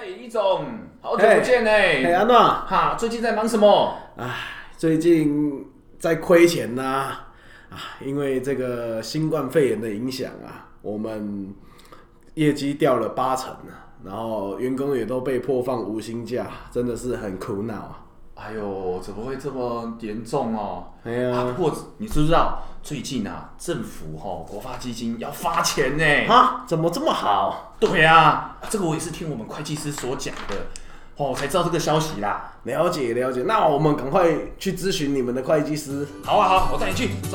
一总，好久不见嘿，安怎？ 哈，最近在忙什么？ 最近在亏钱呐，因为这个新冠肺炎的影响我们业绩掉了80%然后员工也都被迫放无薪假，真的是很苦恼哎呦，怎么会这么严重哦？ 哎呀， 不过你知不知道，最近政府国发基金要发钱呢？ 怎么这么好？ 对啊，这个我也是听我们会计师所讲的，才知道这个消息啦。 了解，那我们赶快去咨询你们的会计师。 好啊，好，我带你去，走。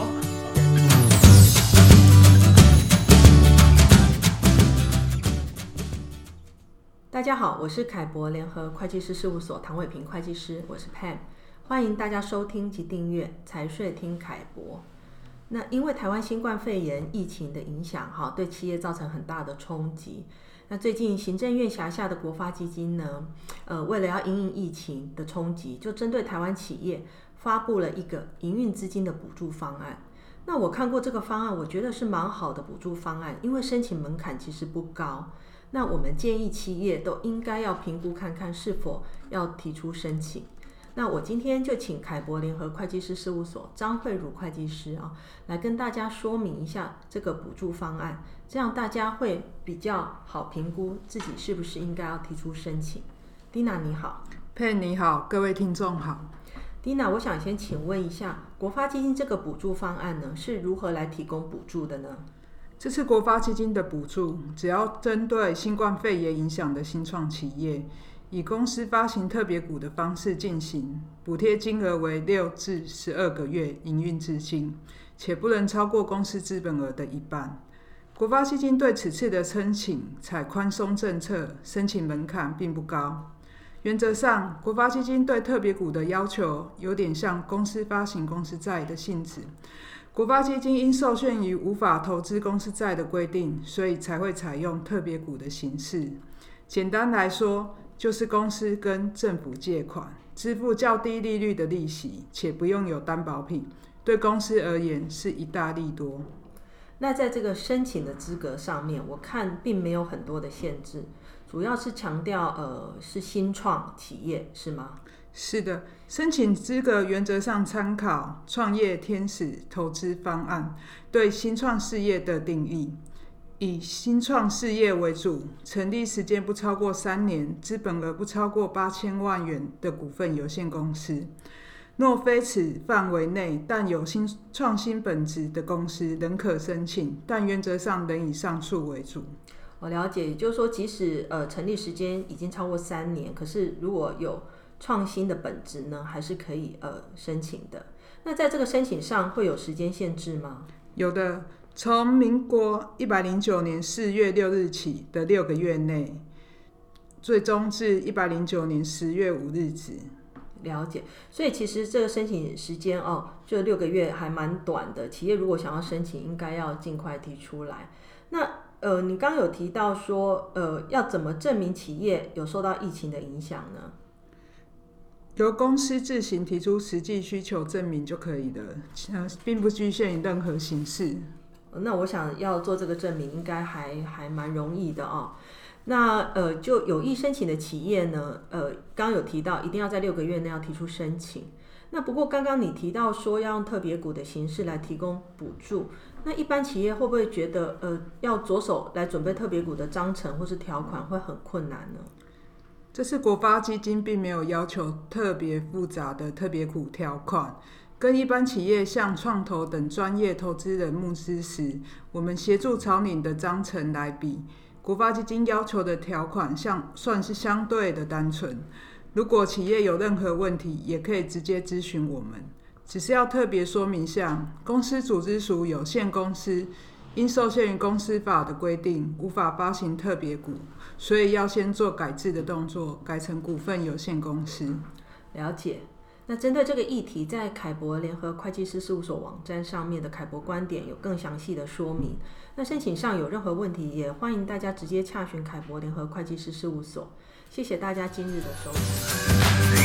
大家好，我是凯博联合会计师事务所唐伟平会计师，我是 Pam， 欢迎大家收听及订阅财税听凯博。那因为台湾新冠肺炎疫情的影响，对企业造成很大的冲击。那最近行政院辖下的国发基金呢，为了要因应疫情的冲击，就针对台湾企业发布了一个营运资金的补助方案。那我看过这个方案，我觉得是蛮好的补助方案，因为申请门槛其实不高。那我们建议企业都应该要评估看看是否要提出申请。那我今天就请凯博联合会计师事务所张慧茹会计师来跟大家说明一下这个补助方案，这样大家会比较好评估自己是不是应该要提出申请。Dina 你好。 佩你好，各位听众好。 Dina， 我想先请问一下，国发基金这个补助方案呢，是如何来提供补助的呢？ 这次国发基金的补助，只要针对新冠肺炎影响的新创企业，以公司发行特别股的方式进行，补贴金额为6至12个月营运资金，且不能超过公司资本额的一半。国发基金对此次的申请采宽松政策，申请门槛并不高。原则上，国发基金对特别股的要求有点像公司发行公司债的性质。国发基金因受限于无法投资公司债的规定，所以才会采用特别股的形式。简单来说，就是公司跟政府借款，支付较低利率的利息，且不用有担保品，对公司而言是一大利多。 那在这个申请的资格上面，我看并没有很多的限制，主要是强调是新创企业，是吗？ 是的，申请资格原则上参考创业天使投资方案对新创事业的定义，以新创事业为主，成立时间不超过3年，资本额不超过8000万元的股份有限公司。若非此范围内但有创新本质的公司仍可申请，但原则上仍以上述为主。 我了解，也就是说即使成立时间已经超过3年，可是如果有创新的本质呢，还是可以申请的。那在这个申请上会有时间限制吗？ 有的，从民国109年4月6日起的6个月内，最终至109年10月5日止。 了解，所以其实这个申请时间就6个月还蛮短的。企业如果想要申请，应该要尽快提出来。那你刚刚有提到说要怎么证明企业有受到疫情的影响呢？ 由公司自行提出实际需求证明就可以了，并不局限于任何形式。 那我想要做这个证明应该还蛮容易的那就有意申请的企业呢，刚刚有提到一定要在6个月内要提出申请。那不过刚刚你提到说要用特别股的形式来提供补助，那一般企业会不会觉得要着手来准备特别股的章程或是条款会很困难呢？ 这次国发基金并没有要求特别复杂的特别股条款，跟一般企业向创投等专业投资人募资时，我们协助草拟的章程来比，国发基金要求的条款算是相对的单纯。如果企业有任何问题，也可以直接咨询我们。只是要特别说明下，公司组织属有限公司，因受限于公司法的规定，无法发行特别股，所以要先做改制的动作，改成股份有限公司。 了解。那针对这个议题，在凯博联合会计师事务所网站上面的凯博观点有更详细的说明。那申请上有任何问题，也欢迎大家直接洽询凯博联合会计师事务所。谢谢大家今日的收听。